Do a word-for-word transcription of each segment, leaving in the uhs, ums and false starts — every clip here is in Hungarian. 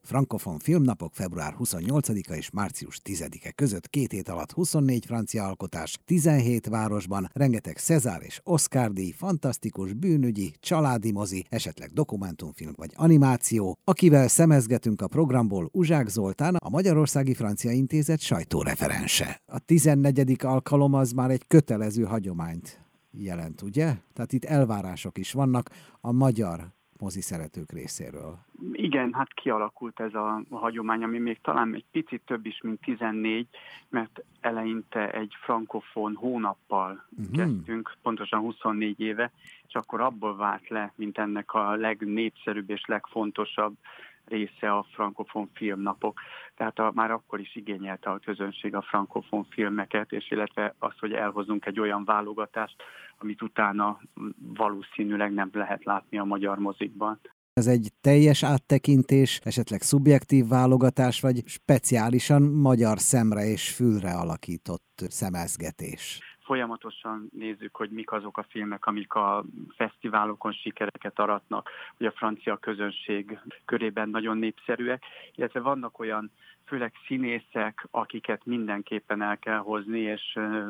Frankofon filmnapok február huszonnyolcadika és március tizedike között két hét alatt huszonnégy francia alkotás, tizenhét városban, rengeteg César és Oscar-díj, fantasztikus bűnügyi, családi mozi, esetleg dokumentumfilm vagy animáció. Akivel szemezgetünk a programból, Uzsák Zoltán, a Magyarországi Francia Intézet sajtóreferense. A tizennegyedik alkalom az már egy kötelező hagyományt jelent, ugye? Tehát itt elvárások is vannak a magyar mozi szeretők részéről. Igen, hát kialakult ez a, a hagyomány, ami még talán egy picit több is, mint tizennégy, mert eleinte egy frankofon hónappal uh-huh. kezdtünk, pontosan huszonnégy éve, és akkor abból vált le, mint ennek a legnépszerűbb és legfontosabb része a frankofon filmnapok. Tehát a, már akkor is igényelte a közönség a frankofon filmeket, és illetve azt, hogy elhozunk egy olyan válogatást, amit utána valószínűleg nem lehet látni a magyar mozikban. Ez egy teljes áttekintés, esetleg szubjektív válogatás, vagy speciálisan magyar szemre és fülre alakított szemezgetés? Folyamatosan nézzük, hogy mik azok a filmek, amik a fesztiválokon sikereket aratnak, hogy a francia közönség körében nagyon népszerűek, illetve vannak olyan főleg színészek, akiket mindenképpen el kell hozni, és uh,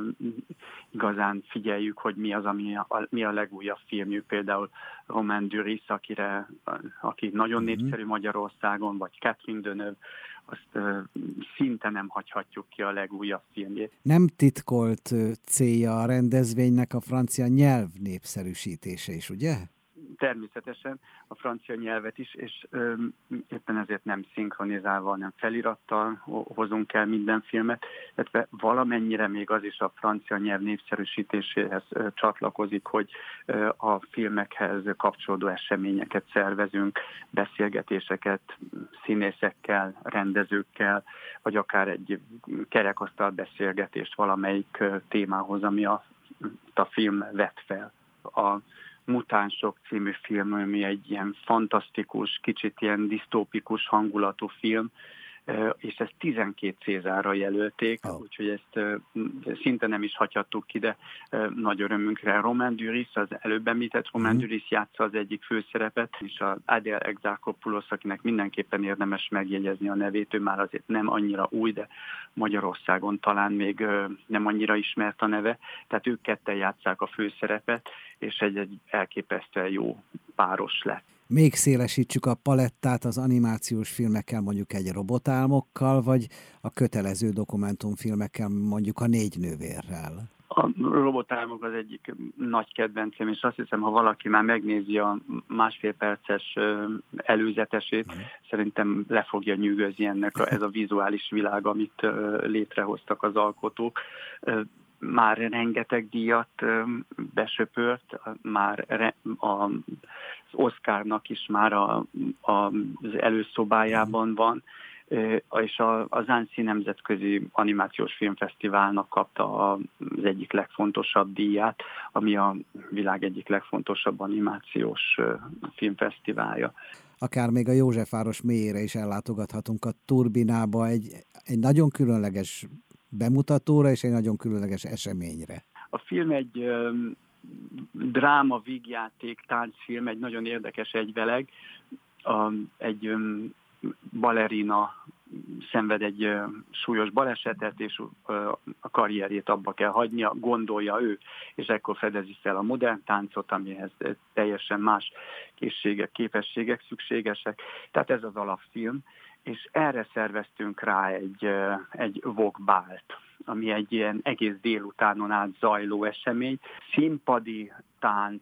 igazán figyeljük, hogy mi az, ami a, mi a legújabb filmjük, például Romain Duris, akire, aki nagyon mm-hmm. népszerű Magyarországon, vagy Catherine Deneuve, azt uh, szinte nem hagyhatjuk ki a legújabb filmjét. Nem titkolt uh, célja a rendezvénynek a francia nyelv népszerűsítése is, ugye? Természetesen a francia nyelvet is, és ö, éppen ezért nem szinkronizálva, hanem felirattal hozunk el minden filmet, illetve valamennyire még az is a francia nyelv népszerűsítéséhez ö, csatlakozik, hogy ö, a filmekhez kapcsolódó eseményeket szervezünk, beszélgetéseket színészekkel, rendezőkkel, vagy akár egy kerekasztal beszélgetést valamelyik ö, témához, ami a, a film vett fel. A Mutánsok című film, ami egy ilyen fantasztikus, kicsit ilyen disztópikus hangulatú film, és ezt tizenkét Césarra jelölték, oh. úgyhogy ezt szinte nem is hagyhattuk ki, de nagy örömünkre. Romain Duris, az előbb említett Romain mm-hmm. Duris játsza az egyik főszerepet, és az Adèle Exarchopoulos, akinek mindenképpen érdemes megjegyezni a nevét, ő már azért nem annyira új, de Magyarországon talán még nem annyira ismert a neve, tehát ők ketten játsszák a főszerepet, és egy, egy elképesztően jó páros lett. Még szélesítsük a palettát az animációs filmekkel, mondjuk egy Robotálmokkal, vagy a kötelező dokumentumfilmekkel, mondjuk a Négy nővérrel. A Robotálmok az egyik nagy kedvencem, és azt hiszem, ha valaki már megnézi a másfél perces előzetesét, mm. szerintem le fogja nyűgözni ennek a, ez a vizuális világ, amit létrehoztak az alkotók. Már rengeteg díjat besöpört, már az Oscarnak is már a, a, az előszobájában van, és az Annecy Nemzetközi Animációs Filmfesztiválnak kapta az egyik legfontosabb díját, ami a világ egyik legfontosabb animációs filmfesztiválja. Akár még a Józsefváros mélyére is ellátogathatunk a Turbinába egy, egy nagyon különleges bemutatóra és egy nagyon különleges eseményre. A film egy um, dráma, vígjáték, táncfilm, egy nagyon érdekes egyveleg. Um, egy um, balerina szenved egy uh, súlyos balesetet, és uh, a karrierjét abba kell hagynia, gondolja ő, és ekkor fedezi fel a modern táncot, amihez teljesen más készségek, képességek szükségesek. Tehát ez az alapfilm. És erre szerveztünk rá egy, egy vokbált, ami egy ilyen egész délutánon át zajló esemény. Színpadi tánc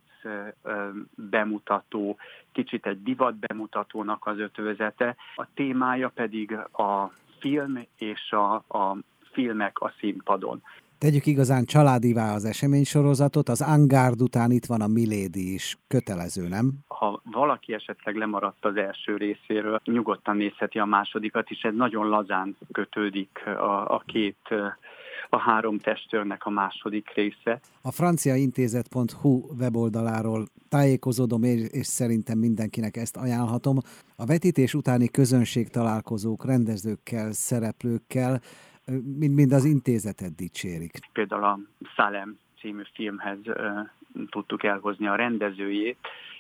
bemutató, kicsit egy divat bemutatónak az ötvözete. A témája pedig a film és a, a filmek a színpadon. Tegyük igazán családivá az eseménysorozatot, az Angard után itt van a Milady is, kötelező, nem? Ha valaki esetleg lemaradt az első részéről, nyugodtan nézheti a másodikat is, ez nagyon lazán kötődik a, a két, a három testőrnek a második része. A franciaintézet pont hu weboldaláról tájékozódom, és, és szerintem mindenkinek ezt ajánlhatom. A vetítés utáni közönség találkozók, rendezőkkel, szereplőkkel, mind, mind az intézetet dicsérik. Például a Salem című filmhez uh, tudtuk elhozni a rendezőjét,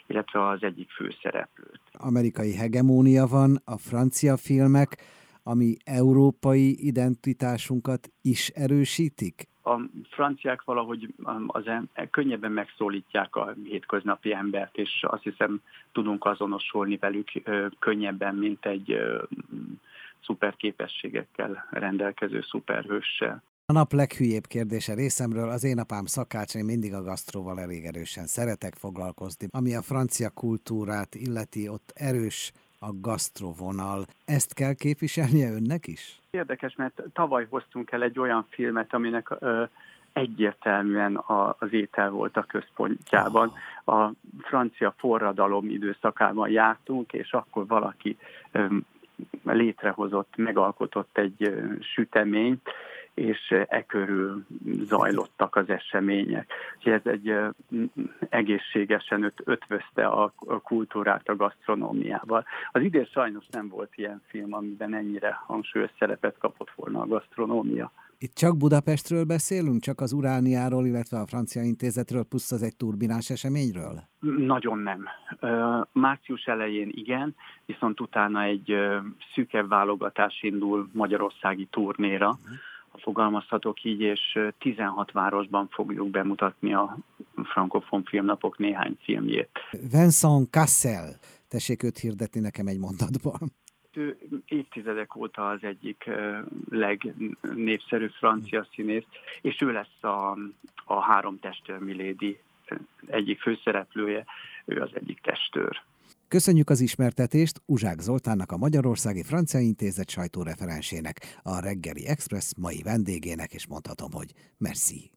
illetve az egyik főszereplőt. Amerikai hegemónia van, a francia filmek, ami európai identitásunkat is erősítik? A franciák valahogy az em- könnyebben megszólítják a hétköznapi embert, és azt hiszem tudunk azonosulni velük ö, könnyebben, mint egy ö, szuperképességekkel rendelkező szuperhőssel. A nap leghülyébb kérdése részemről, az én apám szakács, én mindig a gasztróval elég erősen szeretek foglalkozni. Ami a francia kultúrát illeti, ott erős a gasztrovonal. Ezt kell képviselnie önnek is? Érdekes, mert tavaly hoztunk el egy olyan filmet, aminek ö, egyértelműen a, az étel volt a központjában. A francia forradalom időszakában jártunk, és akkor valaki ö, létrehozott, megalkotott egy ö, süteményt, és e körül zajlottak az események. Ez egy ö, egészségesen öt, ötvözte a, a kultúrát a gasztronómiával. Az idén sajnos nem volt ilyen film, amiben ennyire hangsúlyos szerepet kapott volna a gasztronómia. Itt csak Budapestről beszélünk, csak az Urániáról, illetve a Francia Intézetről, plusz az egy turbinás eseményről? Nagyon nem. Március elején igen, viszont utána egy szűkebb válogatás indul magyarországi turnéra, uh-huh. ha fogalmazhatok így, és tizenhat városban fogjuk bemutatni a Frankofon Filmnapok néhány filmjét. Vincent Cassel, tessék őt hirdetni nekem egy mondatban. Ő évtizedek óta az egyik legnépszerűbb francia színész, és ő lesz a, a Három testőr Milady egyik főszereplője, ő az egyik testőr. Köszönjük az ismertetést Uzsák Zoltánnak, a Magyarországi Francia Intézet sajtóreferensének, a Reggeli Express mai vendégének, és mondhatom, hogy merci.